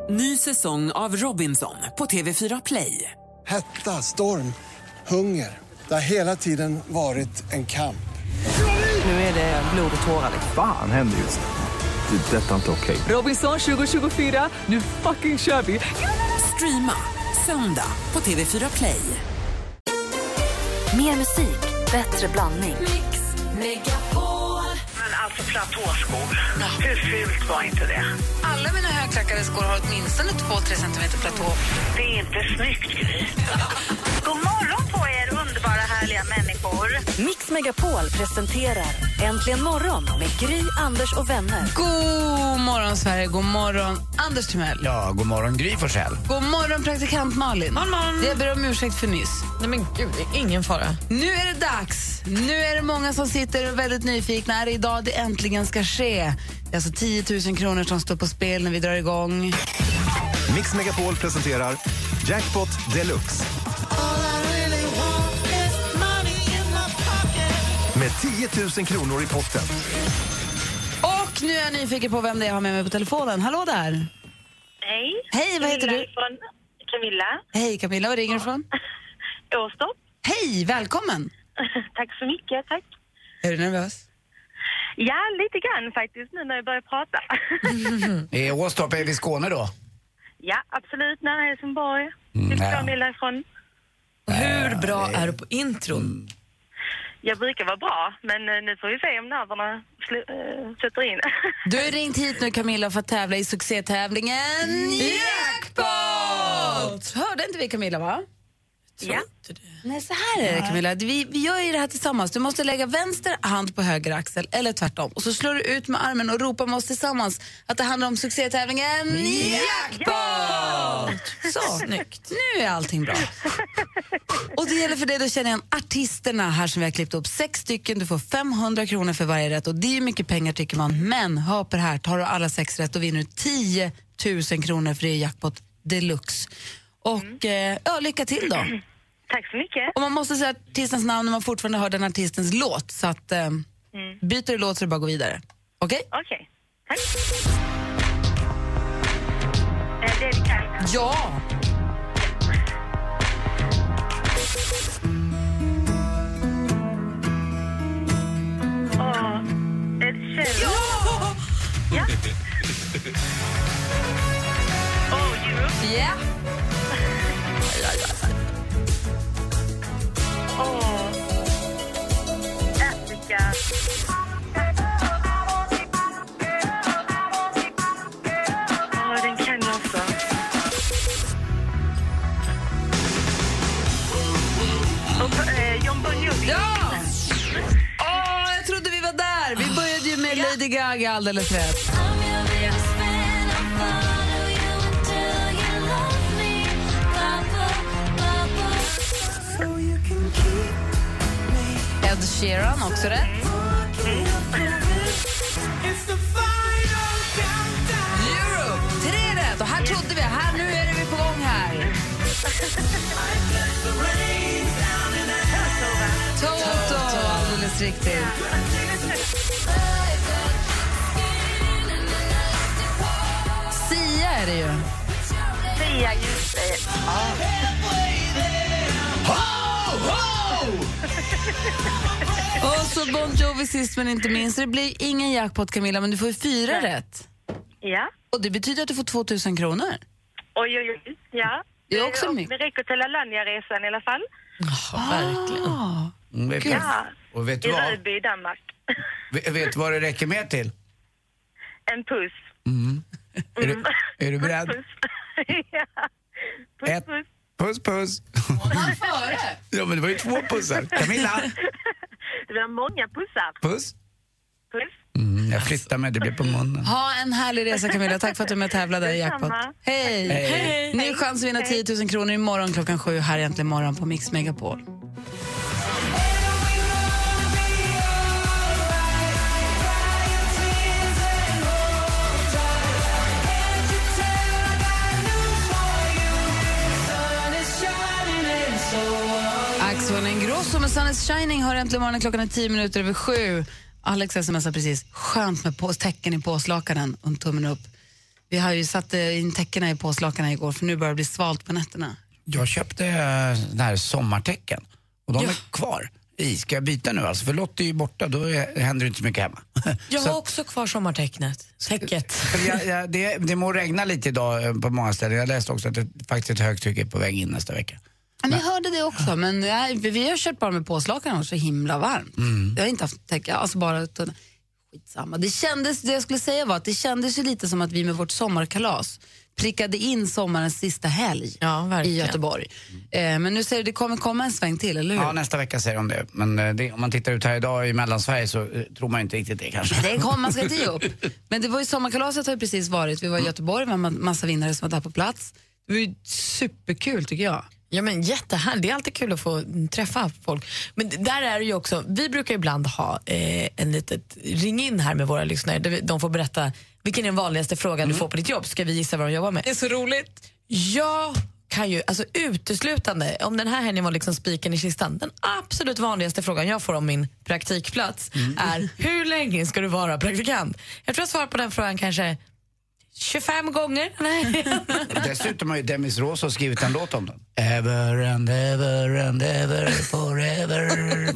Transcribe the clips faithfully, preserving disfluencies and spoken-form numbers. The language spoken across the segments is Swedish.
Ny säsong av Robinson på T V fyra Play. Hetta, storm, hunger. Det har hela tiden varit en kamp. Nu är det blod och tårar. Fan händer just det. Det är detta inte okej. Robinson tjugo tjugofyra, nu fucking kör vi. Streama söndag på T V fyra Play. Mer musik, bättre blandning. Mix Megapol. Men alltså platåskor, hur fult var inte det? Alla mina högklackade skor har åtminstone två till tre centimeter platå. Det är inte snyggt, Gry. God morgon på er, underbara härliga människor. Mix Megapol presenterar Äntligen morgon med Gry, Anders och vänner. God morgon Sverige, god morgon Anders Timell. Ja, god morgon Gry Forssell. God morgon praktikant Malin. God morgon. Jag ber om ursäkt för nyss. Nej men gud, det är ingen fara. Nu är det dags. Nu är det många som sitter och är väldigt nyfikna. Är det idag det äntligen ska ske? Det är alltså tio tusen kronor som står på spel när vi drar igång. Mix Megapol presenterar Jackpot Deluxe. Med tio tusen kronor i potten. Och nu är jag nyfiken på vem det är jag har med mig på telefonen. Hallå där. Hej. Hej, vad heter du? Från Camilla. Hej Camilla, var ringer du ifrån? Åstorp. Hej, välkommen. Tack så mycket, tack. Är du nervös? Ja, lite grann faktiskt nu när jag börjar prata. Är Åstorp är vi i Skåne då? Ja, absolut, nära Helsingborg. Mm, Typ ja. två mil ifrån. Hur bra är du på intron? Mm. Jag brukar vara bra, men nu får vi se om nerverna sl- äh, sätter in. Du har ringt hit nu Camilla för att tävla i succétävlingen Jackpot! Hörde inte vi Camilla va? Ja. Nej, så här är det Camilla. Vi, vi gör ju det här tillsammans. Du måste lägga vänster hand på höger axel eller tvärtom. Och så slår du ut med armen och ropar med oss tillsammans att det handlar om succétävlingen Jackpot! Så, snyggt. Nu är allting bra. Och det gäller för dig, då känner jag artisterna här som vi har klippt upp. Sex stycken, du får femhundra kronor för varje rätt. Och det är mycket pengar tycker man. Men hör på det här, tar du alla sex rätt och vinner tio tusen kronor för det är Jackpot Deluxe. Och mm. eh, ja, lycka till då. Tack så mycket. Och man måste säga artistens namn när man fortfarande hör den artistens låt. Så att eh, mm. byter du låt så du bara går vidare. Okej? Okay? Okej, okay. Tack. Är det det kan? Ja! Åh, är det Kjell? Ja! Ja. Oh, Europe. Ja! Yeah. Åh, Afrika. Åh, den kan jag också. Och eh, John Bon Jovi. Ja! Åh, jag trodde vi var där. Vi började ju med Lady Gaga alldeles rätt. Ed Sheeran, också rätt. Europe, tre rätt. Och här trodde vi, här nu är vi på gång här. Toto, alldeles riktigt. Sia är det ju. Sia, just det. Ja. Och så Bon Jovi sist men inte minst. Det blir ingen jackpot Camilla, men du får ju fyra Nej. rätt. Ja. Och det betyder att du får två tusen kronor. Oj, oj, oj. Ja. Det är också och mycket. det räcker till Alanya-resan i alla fall. Ja, oh, verkligen. Ah. Mm, vet ja. Och vet du I vad? Rödby i Danmark. Vet, vet vad det räcker med till? En puss. Mm. Är, Mm. du, är du beredd? Puss, puss. Ja. Puss, Ett. puss. Puss, puss. Före. Ja, men det var ju två pussar. Camilla? Det var många pussar. Puss. Puss. Mm, jag flyttar mig, det blir på munnen. Ha en härlig resa Camilla, tack för att du är med och tävlade i Jackpot. Hej! Hej. Hej. Nu är chans att vinna tio tusen kronor imorgon klockan sju här egentligen morgon på Mix Megapol. Axel Ingrosso med Sun is shining har äntligen morgonen, klockan är tio minuter över sju. Alex smsar precis, skönt med på, tecken i påslakanen och tummen upp. Vi har ju satt in täckena i påslakarna igår för nu börjar det bli svalt på nätterna. Jag köpte den här sommartäcken och de ja. är kvar i. Ska jag byta nu alltså? För Lotte är ju borta, då är, händer det inte så mycket hemma. Jag har också kvar sommartäcknet. Täcket. Jag, jag, det, det må regna lite idag på många ställen. Jag läste också att det faktiskt ett högtryck är på väg in nästa vecka. Men jag hörde det också, men ja, vi har kört bara med påslakarna och så himla varmt. Mm. Jag har inte haft täcke, alltså bara tunna. Skitsamma. Det kändes, det jag skulle säga var att det kändes ju lite som att vi med vårt sommarkalas prickade in sommarens sista helg ja, i Göteborg. Mm. Eh, men nu säger du, det kommer komma en sväng till, eller hur? Ja, nästa vecka säger de det. Men det, om man tittar ut här idag i Mellansverige så uh, tror man inte riktigt det kanske. Det kommer, man ska inte ge upp. Men det var ju sommarkalaset har ju precis varit. Vi var i Göteborg, vi var en massa vinnare som var där på plats. Det var ju superkul tycker jag. Ja men jättehärligt, det är alltid kul att få träffa folk. Men där är det ju också, vi brukar ibland ha eh, en litet ring in här med våra lyssnare där de får berätta vilken är den vanligaste frågan mm. du får på ditt jobb. Ska vi gissa vad de jobbar med? Det är så roligt. Jag kan ju, alltså uteslutande, om den här helgen var liksom spiken i kistan, den absolut vanligaste frågan jag får om min praktikplats mm. är hur länge ska du vara praktikant? Jag tror jag svarar på den frågan kanske tjugofem gånger. Nej. Dessutom har ju Demis Rosso skrivit en låt om den. Ever and ever and ever forever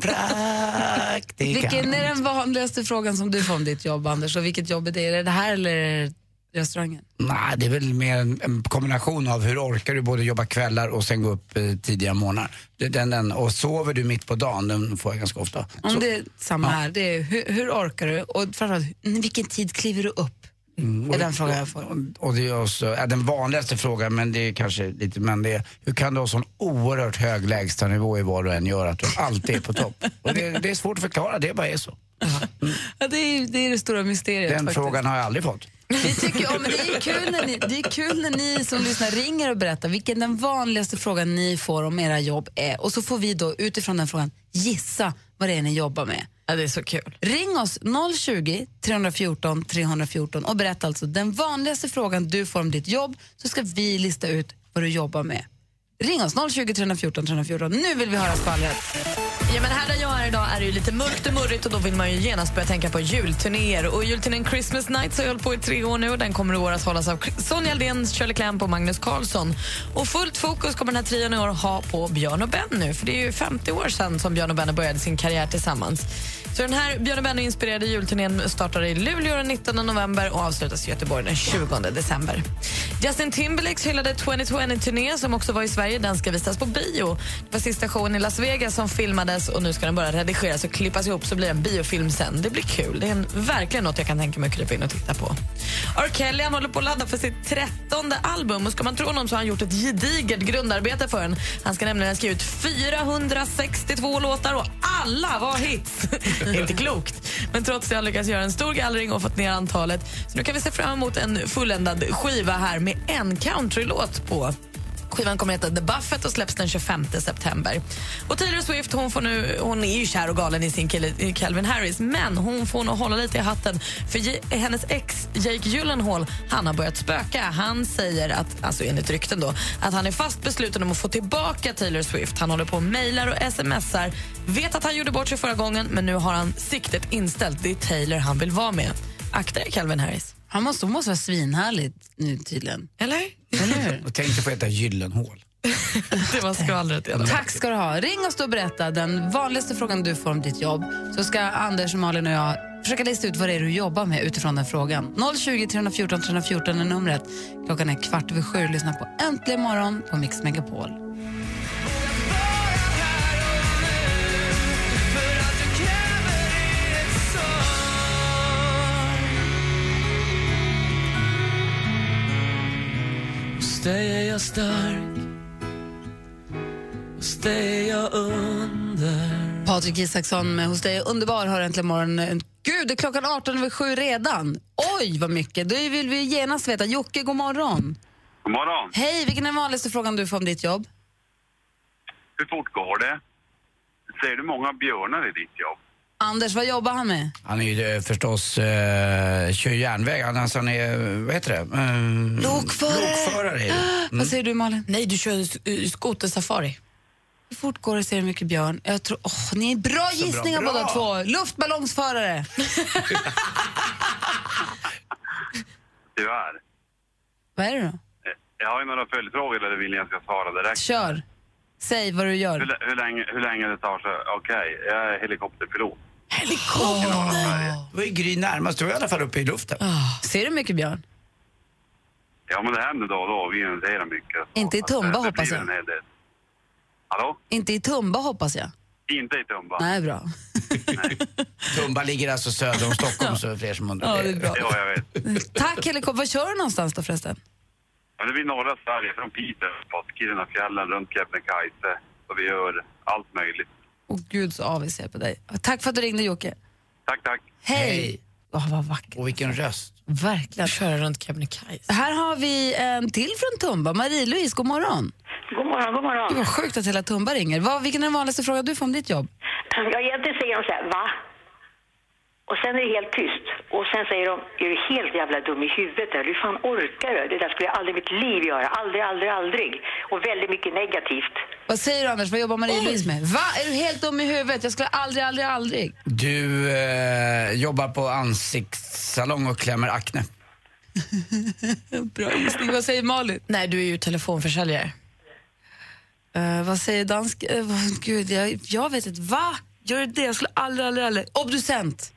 praktikant. Vilken är den vanligaste frågan som du får om ditt jobb, Anders? Och vilket jobb är det? Är det det här eller är det restaurangen? Nej, det är väl mer en, en kombination av hur orkar du både jobba kvällar och sen gå upp eh, tidiga morgnar. Den, den, och sover du mitt på dagen, den får jag ganska ofta. Om Så, det är samma ja. här, det är hur, hur orkar du? Och framförallt, vilken tid kliver du upp? Mm, och, är den frågan jag får. Och, och det är också är den vanligaste frågan, men det är kanske lite, men det är, hur kan du ha sån oerhört hög lägstanivå i vad du än gör att du alltid är på topp? Och det, det är svårt att förklara, det bara är så. Mm. Ja, det är det, är det stora mysteriet. Den faktiskt. Frågan har jag aldrig fått. Vi tycker, ja, men det är kul när ni, det är kul när ni som lyssnar ringer och berättar vilken den vanligaste frågan ni får om era jobb är. Och så får vi då utifrån den frågan gissa vad det är ni jobbar med. Ja, det är så kul. Ring oss noll tjugo, tre fjorton, tre fjorton och berätta alltså den vanligaste frågan du får om ditt jobb, så ska vi lista ut vad du jobbar med. Ring oss noll tjugo, tre fjorton, tre fjorton. Nu vill vi höra skvallret. Ja, men här där jag är idag är det ju lite mörkt och murrigt och då vill man ju genast börja tänka på julturnéer. Och julturnén Christmas Nights har jag hållit på i tre år nu och den kommer i år att hållas av Sonja Aldén, Shirley Clamp och Magnus Carlsson. Och fullt fokus kommer den här trion i år ha på Björn och Benny nu, för det är ju femtio år sedan som Björn och Benny började sin karriär tillsammans. Så den här Björn och Benny-inspirerade julturnén startar i Luleå den nittonde november och avslutas i Göteborg den tjugonde december. Justin Timberlakes hyllade tjugohundratjugo-turné som också var i Sverige, den ska visas på bio. Det var sista showen i Las Vegas som filmades och nu ska den bara redigeras och klippas ihop så blir det en biofilm sen. Det blir kul, det är en, verkligen något jag kan tänka mig att krypa in och titta på. R. Kelly han håller på att ladda för sitt trettonde album och ska man tro honom så har han gjort ett gediget grundarbete för den. Han ska nämligen skriva ut fyrahundrasextiotvå låtar och alla var hits. Inte klokt. Men trots det har han lyckats göra en stor gallring och fått ner antalet. Så nu kan vi se fram emot en fulländad skiva här med en countrylåt på. Skivan kommer att heta The Buffett och släpps den tjugofemte september. Och Taylor Swift, hon, får nu, hon är ju kär och galen i sin kille Calvin Harris, men hon får nog hålla lite i hatten för J- hennes ex Jake Gyllenhaal, han har börjat spöka. Han säger att, alltså enligt rykten då, att han är fast besluten om att få tillbaka Taylor Swift. Han håller på och mejlar och smsar. Vet att han gjorde bort sig förra gången, men nu har han siktet inställt. Det är Taylor han vill vara med. Akta er, Calvin Harris. Han måste, måste vara svinhärligt nu tydligen. Eller? Eller hur? Och tänkte på att äta Gyllenhaal. Det var skvallret. Tack ska du ha. Ring oss då och berätta den vanligaste frågan du får om ditt jobb. Så ska Anders, Malin och jag försöka lista ut vad det är du jobbar med utifrån den frågan. noll tjugo, tre fjorton, tre fjorton är numret. Klockan är kvart över sju. Lyssna på Äntligen morgon på Mix Megapol. Hos dig är jag stark, hos dig är jag under. Patrik Isaksson med Hos dig är underbar har äntligen morgon. Gud, det är klockan arton över sju redan. Oj, vad mycket. Då vill vi genast veta. Jocke, god morgon. God morgon. Hej, vilken är den vanligaste frågan du får om ditt jobb? Hur fort går det? Ser du många björnar i ditt jobb? Anders, vad jobbar han med? Han är ju förstås eh, kör järnväg. Han, alltså, han är, vad heter det? Mm, lokförare. lokförare. Mm. Vad säger du, Malin? Nej, du kör uh, skotersafari. Hur fort går det, ser du mycket björn? Jag tror, oh, ni är bra så gissningar bra. Båda två. Luftballongsförare. Tyvärr. Vad är det då? Jag har ju några följdfrågor eller vill jag ska svara direkt? Kör. Säg vad du gör. Hur, hur, länge, hur länge det tar så... Okej, okay, jag är helikopterpilot. Helikopter? Oh. Det var ju Gry närmast. Du var i alla fall uppe i luften. Oh. Ser du mycket, Björn? Ja, men det händer då och då. Vi investerar mycket. Inte i Tumba, det, hoppas det jag. Hallå? Inte i Tumba, hoppas jag. Inte i Tumba. Nej, bra. Nej. Tumba ligger alltså söder om Stockholm, så är det fler som undrar. Ja, det är bra. Ja, jag vet. Tack, helikopter. Vad kör du någonstans då förresten? Ja, det blir norra Sverige, från Piteå, på Kirunafjällen, runt Kebnekaise. Så vi gör allt möjligt. Åh gud, så avis jag på dig. Tack för att du ringde, Jocke. Tack, tack. Hej. Hej. Åh, vad vackert. Och vilken röst. Verkligen. Köra runt Kebnekaise. Här har vi en till från Tumba. Marie-Louise, god morgon. God morgon, god morgon. Det var sjukt att hela Tumba ringer. Vad, vilken är den vanligaste frågan du får om ditt jobb? Ja, egentligen säger de så här, va? Och sen är det helt tyst. Och sen säger de, är du helt jävla dum i huvudet där? Du fan orkar det? Det där skulle jag aldrig i mitt liv göra. Aldrig, aldrig, aldrig. Och väldigt mycket negativt. Vad säger du, Anders? Vad jobbar Marie-Louise med? Va? Är du helt dum i huvudet? Jag skulle aldrig, aldrig, aldrig. Du eh, jobbar på ansiktssalong och klämmer akne. Bra gissning. Vad säger Malin? Nej, du är ju telefonförsäljare. Uh, vad säger dansk? Uh, vad, gud, jag, jag vet inte. Va? Gör du det? Jag skulle aldrig, aldrig, aldrig. Obducent.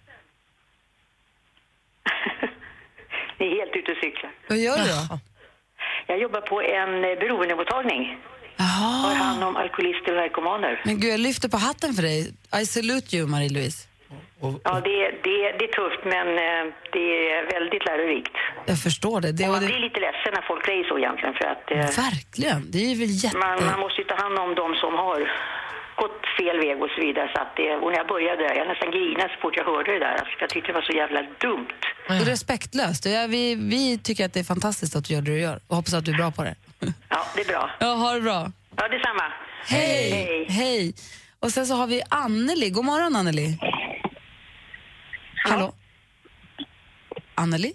Ni är helt ute och cyklar. Vad gör du då? Jag jobbar på en beroendemottagning. Jaha. Har hand om alkoholister och narkomaner. Men gud, jag lyfter på hatten för dig. I salute you, Marie-Louise. Ja, det, det, det är tufft, men det är väldigt lärorikt. Jag förstår det. det, och man det... blir lite ledsen när folk säger så egentligen. För att, verkligen, det är väl jätte... Man, man måste ju ta hand om de som har gått fel väg och så vidare. Så att det, och när jag började där, jag nästan grinade så fort jag hörde det där. Alltså, jag tyckte det var så jävla dumt. Mm. Och respektlöst. Ja, vi, vi tycker att det är fantastiskt att du gör det du gör. Och hoppas att du är bra på det. Ja, det är bra. Ja, ha det bra. Ja, detsamma. Hej! Hej! Hej. Och sen så har vi Anneli. God morgon, Anneli. Hallå? Anneli?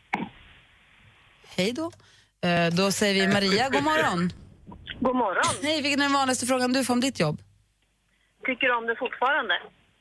Hej då. Eh, då säger vi Maria, god morgon. God morgon. Hej, vilken är den vanligaste frågan du får om ditt jobb? Tycker du om det fortfarande?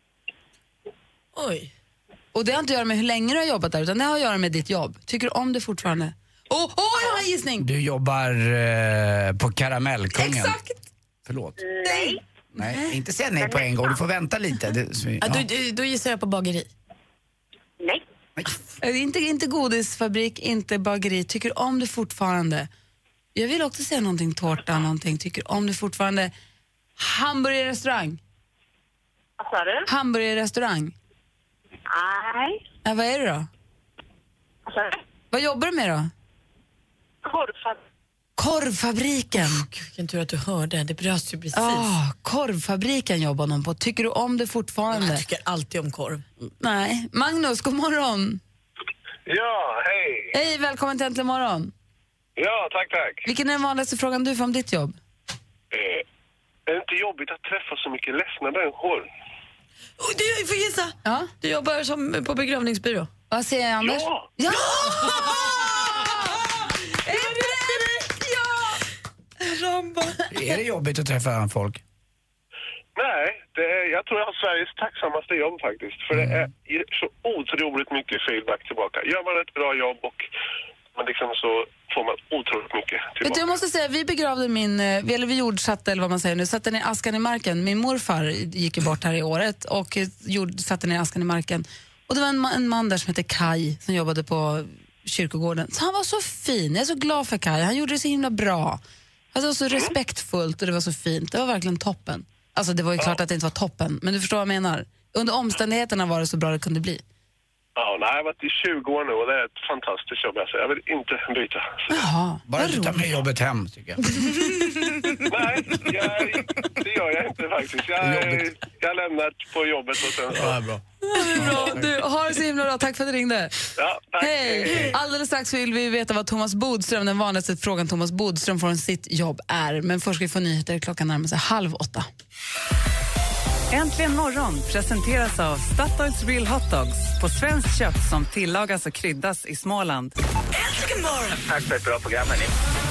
Oj. Och det har inte att göra med hur länge du har jobbat där, utan det har att göra med ditt jobb. Tycker du om det fortfarande? Åh, oh, oh, jag har en gissning! Du jobbar eh, på Karamellkungen. Exakt! Förlåt. Nej. Nej, inte säga nej på en gång. Du får vänta lite. Det, så, ja. Ja, då, då gissar jag på bageri. Nej. Äh, inte, inte godisfabrik, inte bageri. Tycker om det fortfarande? Jag vill också säga någonting, tårta, någonting. Tycker om det fortfarande? Hamburgerrestaurang. Vad sa du? Hamburgerrestaurang. Nej. Äh, vad är det då? Vad sa du? Vad jobbar du med då? Korvfabrik. Korvfabriken. Oh, Gud, vilken tur att du hörde. Det bröts ju precis. Oh, korvfabriken jobbar någon på. Tycker du om det fortfarande? Jag tycker alltid om korv. Nej. Magnus, god morgon. Ja, hej. Hej, välkommen till Äntligen morgon. Ja, tack, tack. Vilken är den vanligaste frågan du får om ditt jobb? Eh, är det inte jobbigt att träffa så mycket ledsna människor? Oh, du får gissa. Ja? Du jobbar som på begravningsbyrå. Vad säger jag, Anders? Ja! Ja! Ramba. Är det jobbigt att träffa folk? Nej, det är, jag tror jag har Sveriges tacksammaste jobb faktiskt. För mm. det är så otroligt mycket feedback tillbaka. Gör man ett bra jobb och man liksom så får man otroligt mycket tillbaka. Vet du, jag måste säga, vi begravde min, eller vi jordsatte, eller vad man säger nu, satte ner askan i marken. Min morfar gick ju bort här i året och jord, satte ner askan i marken. Och det var en, en man där som heter Kai som jobbade på kyrkogården. Så han var så fin, jag är så glad för Kai. Han gjorde det så himla bra. Alltså, det var så mm. respektfullt och det var så fint. Det var verkligen toppen. Alltså det var ju ja. klart att det inte var toppen, men du förstår vad jag menar. Under omständigheterna var det så bra det kunde bli. Ja, nej, jag har varit i tjugo år nu och det är ett fantastiskt jobb. Alltså. Jag vill inte byta. Jaha, bara du tar med jobbet hem, tycker jag. Nej, jag, det gör jag inte faktiskt. Jag, jag lämnar på jobbet och sen så... Ja, bra. Bra. Du, ha det så himla bra. Tack för att du ringde. Ja, tack. Hej. Alldeles strax vill vi veta vad Thomas Bodström, den vanligaste frågan Thomas Bodström får om sitt jobb är. Men först ska vi få nyheter. Klockan närmar sig halv åtta. Äntligen morgon presenteras av Statoils Real Hot Dogs på svenskt kött som tillagas och kryddas i Småland. Äntligen morgon! Tack för ett bra program, hörni.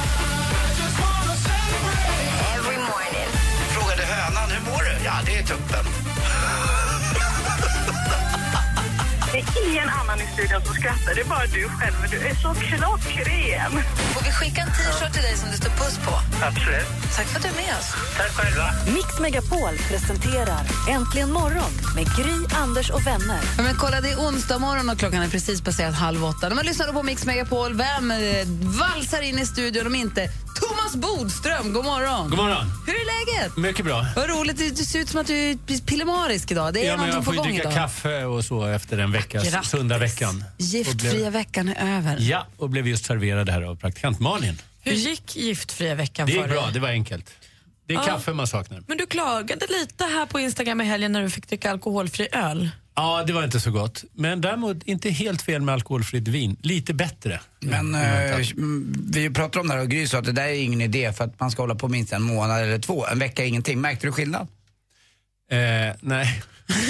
Every morning. Frågade hönan, hur mår du? Ja, det är tuppen. Det är ingen annan i studion som skrattar. Det är bara du själv. Du är så klockren. Får vi skicka en t-shirt till dig som det står puss på? Absolut. Tack för att du är med oss. Tack själva. Mix Megapol presenterar Äntligen morgon med Gry, Anders och vänner. Ja, men kolla, det är onsdag morgon och klockan är precis passerat halv åtta. När man lyssnar på Mix Megapol, vem eh, valsar in i studion om inte Thomas Bodström? God morgon. God morgon. Hur är läget? Mycket bra. Vad roligt, det ser ut som att du är pillemarisk idag. Det är ja, men jag får ju dricka idag. kaffe och så efter en veckas Grattis. sunda veckan. Giftfria blev, veckan är över. Ja, och blev just serverad här av praktikant Malin. Hur gick giftfria veckan det för är dig? bra, det var enkelt. Det är ja. kaffe man saknar. Men du klagade lite här på Instagram i helgen när du fick dricka alkoholfri öl. Ja, det var inte så gott. Men däremot inte helt fel med alkoholfritt vin. Lite bättre. Men eh, vi pratar om det här och Gry sa att det där är ingen idé för att man ska hålla på minst en månad eller två. En vecka är ingenting. Märkte du skillnad? Eh, nej.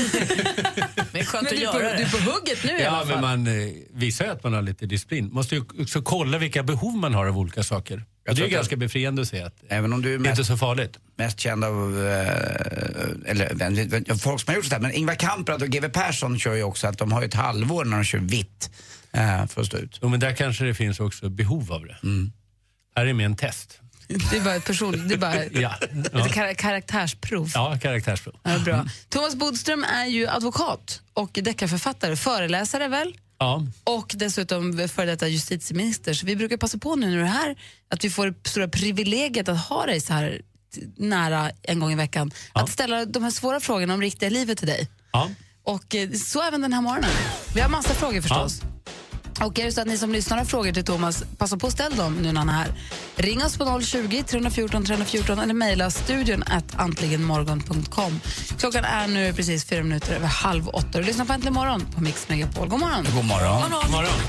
Men skönt men att du, göra på, det. du är på hugget nu i ja, alla fall. men man eh, visar ju att man har lite disciplin. Måste ju också kolla vilka behov man har av olika saker. Och det är ju ganska befriande att se att även om du är det är inte så farligt. Mest känd av eh, eller, folk som har gjort sådär. Men Ingvar Kamprad och G W Persson kör ju också att de har ett halvår när de kör vitt eh, för att stå ut. Jo, men där kanske det finns också behov av det. Mm. Här är med en test. Det är bara ett person, det är bara ja. ett Ja. kar- karaktärsprov. Ja, karaktärsprov. Ja, bra. Thomas Bodström är ju advokat och deckarförfattare, föreläsare väl? Ja. Och dessutom före detta justitieminister. Så vi brukar passa på nu när du är här att vi får det stora privilegiet att ha dig så här nära en gång i veckan. Ja. Att ställa de här svåra frågorna om riktiga livet till dig. Ja. Och eh, så även den här morgonen. Vi har massa frågor förstås. Ja. Och är det så att ni som lyssnar har frågor till Thomas, passa på att ställa dem nu när han är här. Ring oss på noll tjugo, tre fjorton, tre fjorton eller mejla studion at antligenmorgon punkt com. Klockan är nu precis fyra minuter över halv åtta. Och lyssna på Äntligen morgon på Mix Megapol. God morgon. God morgon. God morgon. God morgon.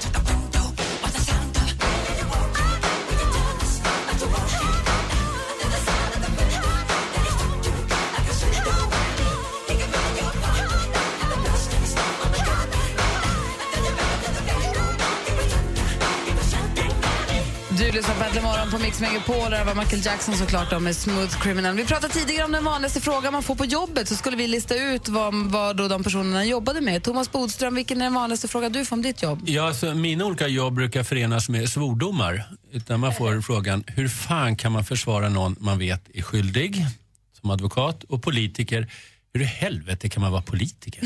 Du lyssnar på Äntligen morgon på Mix Megapol. Där var Michael Jackson såklart då med Smooth Criminal. Vi pratade tidigare om den vanligaste frågan man får på jobbet. Så skulle vi lista ut vad, vad då de personerna jobbade med. Thomas Bodström, vilken är den vanligaste frågan du får om ditt jobb? Ja, alltså, mina olika jobb brukar förenas med svordomar. Utan man får frågan, hur fan kan man försvara någon man vet är skyldig som advokat? Och politiker, hur i helvete kan man vara politiker?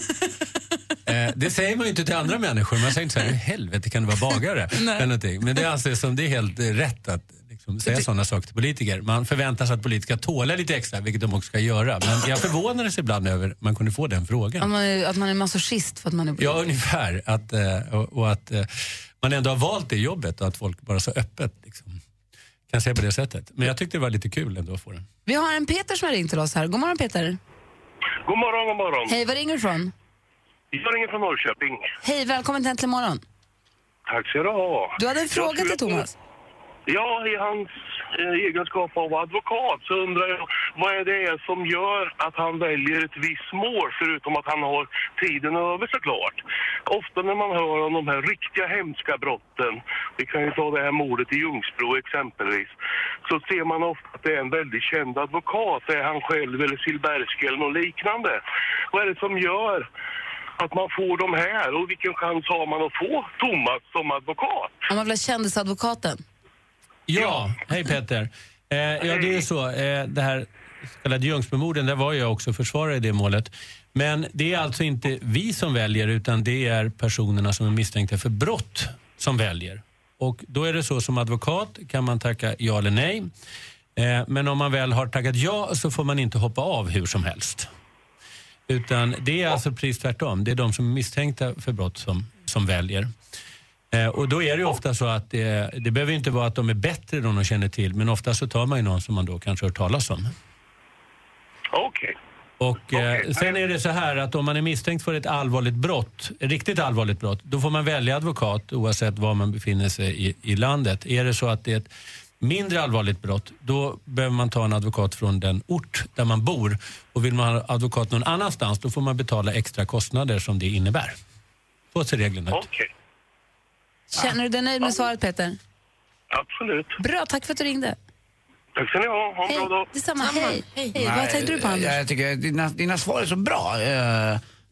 eh, det säger man ju inte till andra människor. Man säger inte så här, hur i helvete kan du vara bagare? Eller någonting. Men det anses som det är helt rätt att liksom, säga sådana saker till politiker. Man förväntar sig att politiker tålar lite extra, vilket de också ska göra. Men jag förvånades ibland över att man kunde få den frågan. Att man är, att man är masochist för att man är politiker. Ja, ungefär. Att, eh, och, och att eh, man ändå har valt det jobbet och att folk bara så öppet liksom, kan säga på det sättet. Men jag tyckte det var lite kul ändå att få den. Vi har en Peter som har ringt till oss här. God morgon Peter. God morgon, god morgon. Hej, var ringer du ifrån? Jag ringer från Norrköping. Hej, välkommen till Äntligen morgon. Tack ska du ha. Du hade en fråga till Thomas. Ja, i hans eh, egenskap av advokat så undrar jag vad är det som gör att han väljer ett visst mål förutom att han har tiden över såklart. Ofta när man hör om de här riktiga hemska brotten, vi kan ju ta det här mordet i Ljungsbro exempelvis, så ser man ofta att det är en väldigt känd advokat, det är han själv eller Silbersky eller något liknande. Vad är det som gör att man får de här och vilken chans har man att få Thomas som advokat? Om man vill ha kändisadvokaten. Ja, hej Peter. Eh, ja, det är så. Eh, det här så kallade Ljungsbro-morden, där var jag också försvarare i det målet. Men det är alltså inte vi som väljer, utan det är personerna som är misstänkta för brott som väljer. Och då är det så, som advokat kan man tacka ja eller nej. Eh, men om man väl har tackat ja så får man inte hoppa av hur som helst. Utan det är alltså precis tvärtom. Det är de som är misstänkta för brott som, som väljer. Eh, och då är det ju ofta så att det, det behöver inte vara att de är bättre än de känner till. Men ofta så tar man ju någon som man då kanske hört talas om. Okej. Och eh, sen är det så här att om man är misstänkt för ett allvarligt brott, ett riktigt allvarligt brott, då får man välja advokat oavsett var man befinner sig i, i landet. Är det så att det är ett mindre allvarligt brott, då behöver man ta en advokat från den ort där man bor. Och vill man ha advokat någon annanstans, då får man betala extra kostnader som det innebär. Så ser reglerna ut. Okej. Känner du dig nöjd med svaret, Peter? Absolut. Bra, tack för att du ringde. Tack ska ni ha. Ha en Hej, bra dag. detsamma. Hej. Hej. Hej. Vad tänkte du på, Anders? Jag tycker dina, dina svar är så bra. Eh,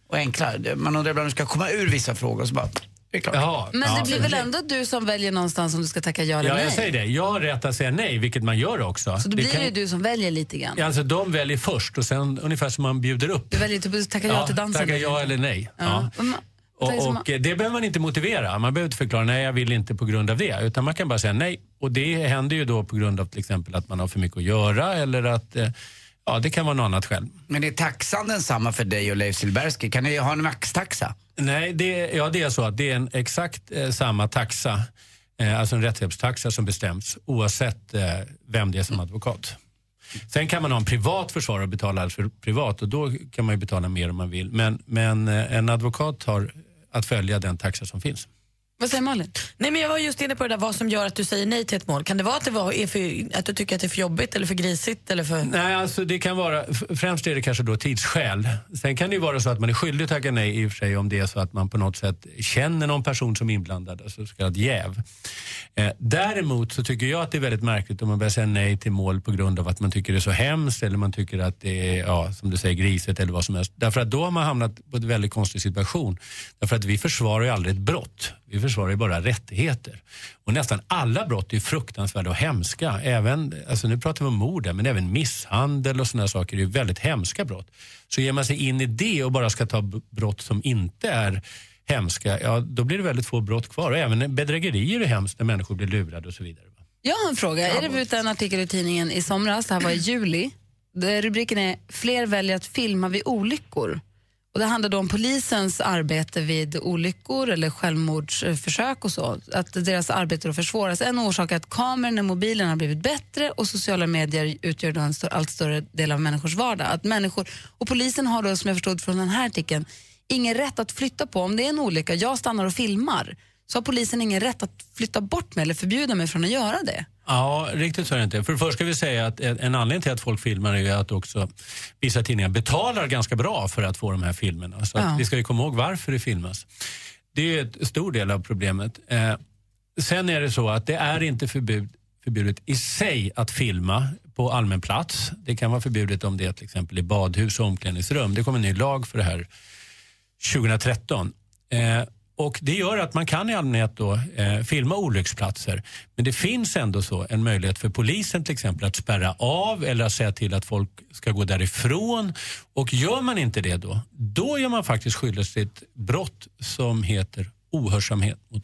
och enklare. Man undrar ibland om du ska komma ur vissa frågor och så bara, det är klart. Ja, Men det ja. blir väl ändå du som väljer någonstans om du ska tacka ja eller Ja, nej? jag säger det. Jag har rätt att säga nej, vilket man gör också. Så då det blir kan... det du som väljer lite grann. Ja, alltså de väljer först och sen ungefär som man bjuder upp. Du väljer typ att tacka ja, ja till dansen. Tacka ja eller nej. Ja. Ja. Och, och det behöver man inte motivera. Man behöver inte förklara nej, jag vill inte på grund av det. Utan man kan bara säga nej. Och det händer ju då på grund av till exempel att man har för mycket att göra eller att ja, det kan vara något annat själv. Men är taxan densamma för dig och Leif Silbersky? Kan ni ha en maxtaxa? Nej, det, ja, det är så att det är en exakt eh, samma taxa, eh, alltså en rättshjälpstaxa som bestäms oavsett eh, vem det är som advokat. Sen kan man ha en privat försvarare och betala för privat och då kan man ju betala mer om man vill. Men, men eh, en advokat har att följa den taxa som finns. Vad säger Malin? Nej, men jag var just inne på det där, vad som gör att du säger nej till ett mål. Kan det vara att, det var, är för, att du tycker att det är för jobbigt eller för grisigt? Eller för... Nej, alltså det kan vara, främst är det kanske då tidsskäl. Sen kan det ju vara så att man är skyldig att tacka nej i och för sig om det är så att man på något sätt känner någon person som är inblandad, alltså så kallad jäv. Eh, däremot så tycker jag att det är väldigt märkligt om man börjar säga nej till mål på grund av att man tycker det är så hemskt eller man tycker att det är, ja, som du säger, grisigt eller vad som helst. Därför att då har man hamnat på en väldigt konstig situation. Därför att vi försvarar ju aldrig ett brott. Vi försvarar ju bara rättigheter. Och nästan alla brott är fruktansvärda och hemska. Även, alltså nu pratar vi om mord, men även misshandel och sådana saker är ju väldigt hemska brott. Så ger man sig in i det och bara ska ta brott som inte är hemska, ja då blir det väldigt få brott kvar. Och även bedrägerier är hemskt när människor blir lurade och så vidare. Jag har en fråga. Är det ute en artikel i tidningen i somras, det här var i juli. Rubriken är "Fler väljer att filma vid olyckor". Och det handlar då om polisens arbete vid olyckor eller självmordsförsök och så. Att deras arbete då försvåras. En orsak är att kameran i mobilen har blivit bättre och sociala medier utgör då en stor, allt större del av människors vardag. Att människor, och polisen har då, som jag förstod från den här artikeln, ingen rätt att flytta på. Om det är en olycka, jag stannar och filmar, så har polisen ingen rätt att flytta bort mig eller förbjuda mig från att göra det. Ja, riktigt så är det inte. För det första ska vi säga att en anledning till att folk filmar är att också vissa tidningar betalar ganska bra för att få de här filmerna. Så att Ja. vi ska ju komma ihåg varför det filmas. Det är ett stor del av problemet. Eh, sen är det så att det är inte förbud, förbjudet i sig att filma på allmän plats. Det kan vara förbjudet om det är till exempel i badhus och omklädningsrum. Det kommer en ny lag för det här tjugohundratretton. Eh, Och det gör att man kan i allmänhet då eh, filma olycksplatser. Men det finns ändå så en möjlighet för polisen till exempel att spärra av eller att säga till att folk ska gå därifrån. Och gör man inte det då, då gör man faktiskt skyldig till ett brott som heter ohörsamhet mot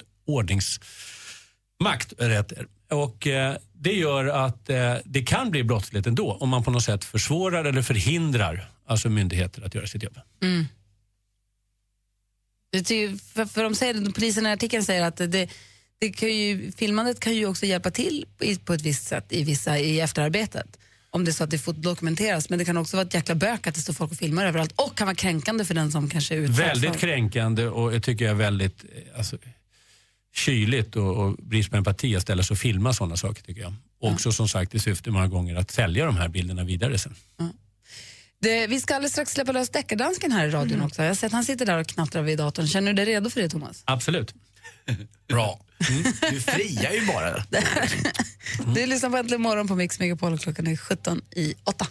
ordningsmakt. Och eh, det gör att eh, det kan bli brottsligt ändå om man på något sätt försvårar eller förhindrar alltså myndigheter att göra sitt jobb. Mm. Det är ju, för, för de säger, polisen i artikeln säger att det, det kan ju, filmandet kan ju också hjälpa till i, på ett visst sätt i, vissa, i efterarbetet. Om det är så att det får dokumenteras. Men det kan också vara ett jäkla bök att det står folk och filmar överallt. Och kan vara kränkande för den som kanske är utsatt. Väldigt för. kränkande och jag tycker jag är väldigt alltså, kyligt och, och brist på empati att ställa sig och filma sådana saker tycker jag. Och också som sagt i syfte många gånger att sälja de här bilderna vidare sen. Ja. Det, vi ska alldeles strax släppa lös deckardansken här i radion mm. också. Jag har sett han sitter där och knattrar vid datorn. Känner du dig redo för det, Thomas? Absolut. Bra. Mm. Du friar ju bara. Mm. Du lyssnar på Äntligen morgon på Mix Megapol och klockan är sjutton i åtta.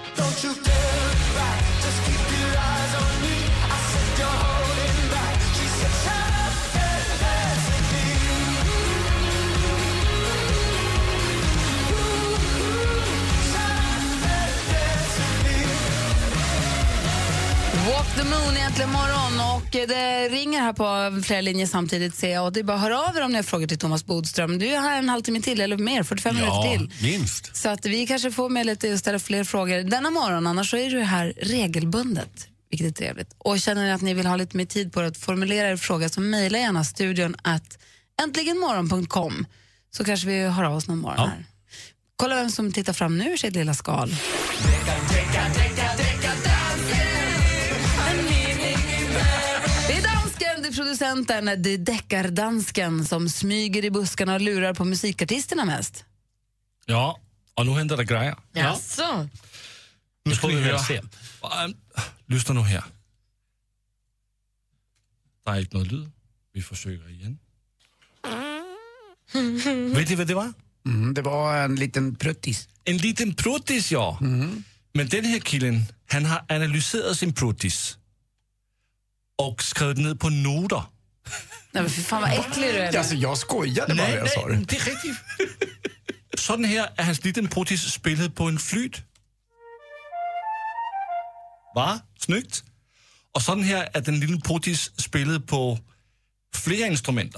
Walk the moon egentligen morgon och det ringer här på flera linjer samtidigt ser jag och det är bara att höra av er om ni har frågor till Thomas Bodström. Du är här en halvtimme till eller mer, fyrtiofem ja, minuter till. Minst. Så att vi kanske får med lite och ställa fler frågor denna morgon, annars så är du här regelbundet, vilket är trevligt. Och känner ni att ni vill ha lite mer tid på att formulera er fråga så mejla gärna studion att äntligenmorgon punkt com så kanske vi hör av oss någon morgon ja. här. Kolla vem som tittar fram nu i sitt lilla skal. Det är dansken, det är producenten, det är deckardansken som smyger i buskarna och lurar på musikartisterna mest. Ja, och nu händer det grejer. Jaså? Nu ska vi väl höra. se. Lyssna nu här. Det är inte något ljud. Vi försöker igen. Vet ni vad det var? Mm, det var en liten pruttis. En liten pruttis, ja. Mm. Men den här killen, han har analyserat sin pruttis. och skrivit ned på noter. Nej, men för fan vad äcklig du är. Alltså, jag skojade bara, Nej, jag sa det. nej, det är riktigt. Sådan här är hans liten protis spelet på en flyt. Va? Snyggt. Och sådan här är den lille protis spelet på flera instrumenter.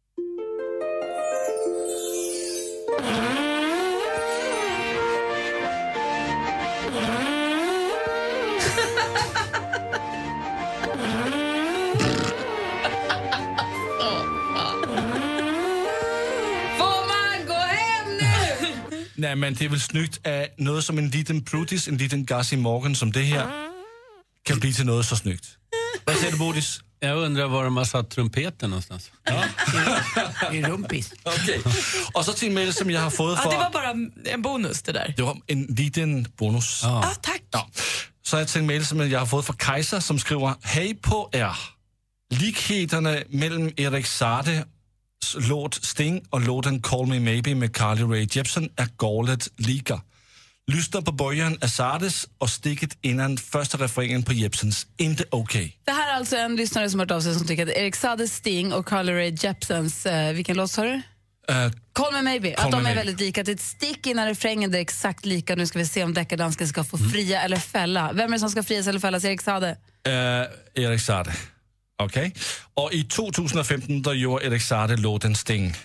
Nej, men det är väl snyggt att något som en liten prutis, en liten gas i magen som det här kan bli till något så snyggt. Vad säger du, Bodis? Jag undrar var de har satt trumpeten någonstans. Ja. I, i rumpis. Okej. Okay. Och så till en mail som jag har fått för... Ja, det var bara en bonus det där. Det var en liten bonus. Ja, ah, tack. Ja. Så jag till en mail som jag har fått från Kajsa som skriver: Hej på er. Likheterna mellan Erik Saade låt Sting och låten Call Me Maybe med Carly Rae Jepsen är galet lika. Lyssna på början av Saades och sticket innan första refrängen på Jepsens. Inte okej. Okay. Det här är alltså en lyssnare som har hört av sig som tycker att Erik Saades, Sting och Carly Rae Jepsens, eh, vilken låt sa du? Uh, Call Me Maybe. Call att de är maybe. väldigt lika. Det är ett stick innan refrängen, det är exakt lika. Nu ska vi se om deckardansken ska få fria mm. eller fälla. Vem är det som ska frias eller fällas? Erik Saade? Uh, Erik Saade. Okej. Okay. Och i tjugohundrafemton då gjorde Erik Saade låten Sting.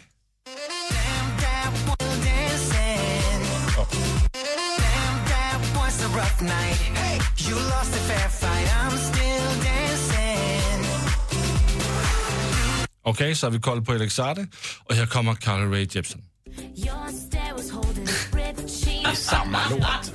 Okej, okay, så har vi koll på Erik Saade och här kommer Carly Rae Jepsen. Det är samma låt.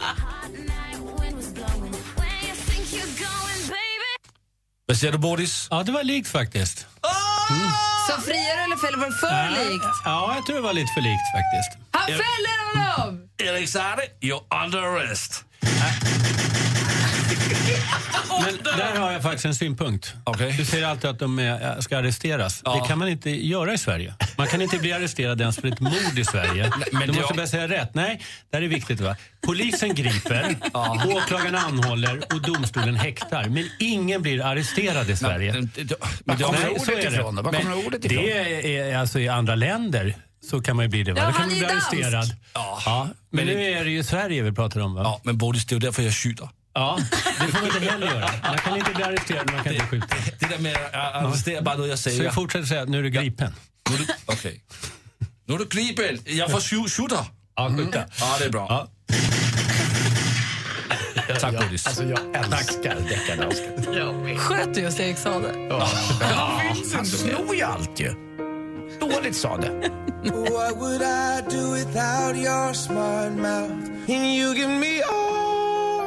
Vad säger du, Bodis? Ja, det var likt faktiskt. Mm. Så friare eller fäller var det för ja, likt? Ja, jag tror det var lite för likt faktiskt. Han fäller honom! Erik Saade, you're under arrest. Men där har jag faktiskt en synpunkt. Okay. Du säger alltid att de är, ska arresteras. Ja. Det kan man inte göra i Sverige. Man kan inte bli arresterad ens för ett mord i Sverige. Nej, men du måste jag... bara säga rätt. Nej, det här är viktigt, va? Polisen griper, ja. Åklagaren anhåller och domstolen häktar. Men ingen blir arresterad i Sverige. Men, men, men det kommer ordet ifrån? Var kommer ordet ifrån? Det är alltså i andra länder. Så kan man ju bli det, va? Ja, då kan man bli dansk. arresterad. Ja. Ja. Men, men nu är det ju Sverige vi pratar om, va? Ja, men Bodis, det är därför jag skjuter. Ja, det får man inte heller göra. Man kan inte bli arresterad, man kan det, inte skjuta. Det där med att arrestera bara då jag säger... Så jag fortsätter säga att nu är du gripen. Ja. Okej. Okay. Nu är du gripen. Jag får skjuta. Ja, skjuta. Mm. Ja, det är bra. Ja. Tack, Bodis. Alltså, jag älskar deckardansken. Ja. Sköt du just Erik Saade? Ja. Ja. Han snor ju allt ju. Dåligt sa det. What would I do without your smart mouth? And you give me all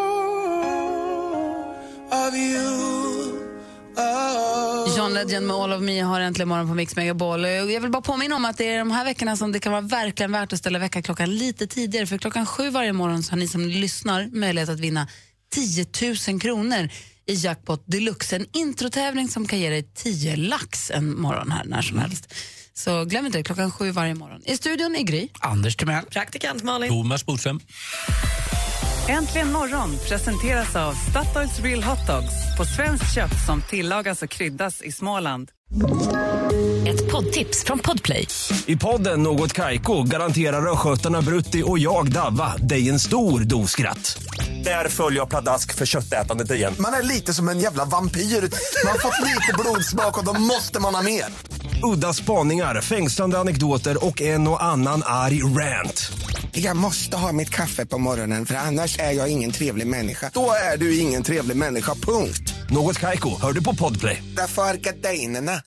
of you. Oh. John Legend med All of Me har äntligen morgon på Mix Megapol. Jag vill bara påminna om att det är de här veckorna som det kan vara verkligen värt att ställa veckaklockan lite tidigare. För klockan sju varje morgon så har ni som lyssnar möjlighet att vinna tio tusen kronor i Jackpot Deluxe. En introtävling som kan ge dig tio lax en morgon här när som helst. Så glöm inte det, klockan sju varje morgon. I studion är Gry. Anders Timell. Praktikant Malin. Thomas Bodström. Äntligen morgon presenteras av Statoils Real Hot Dogs på svenskt kött som tillagas och kryddas i Småland. Ett poddtips från Podplay. I podden Något Kaiko garanterar östgötarna Brutti och jag Davva dig en stor doskratt. Där följer jag pladask för köttätandet igen. Man är lite som en jävla vampyr. Man har fått lite blodsmak och då måste man ha mer. Udda spaningar, fängslande anekdoter och en och annan arg rant. Jag måste ha mitt kaffe på morgonen för annars är jag ingen trevlig människa. Då är du ingen trevlig människa, punkt. Något Kaiko, hör du på Podplay. Därför är gardinerna.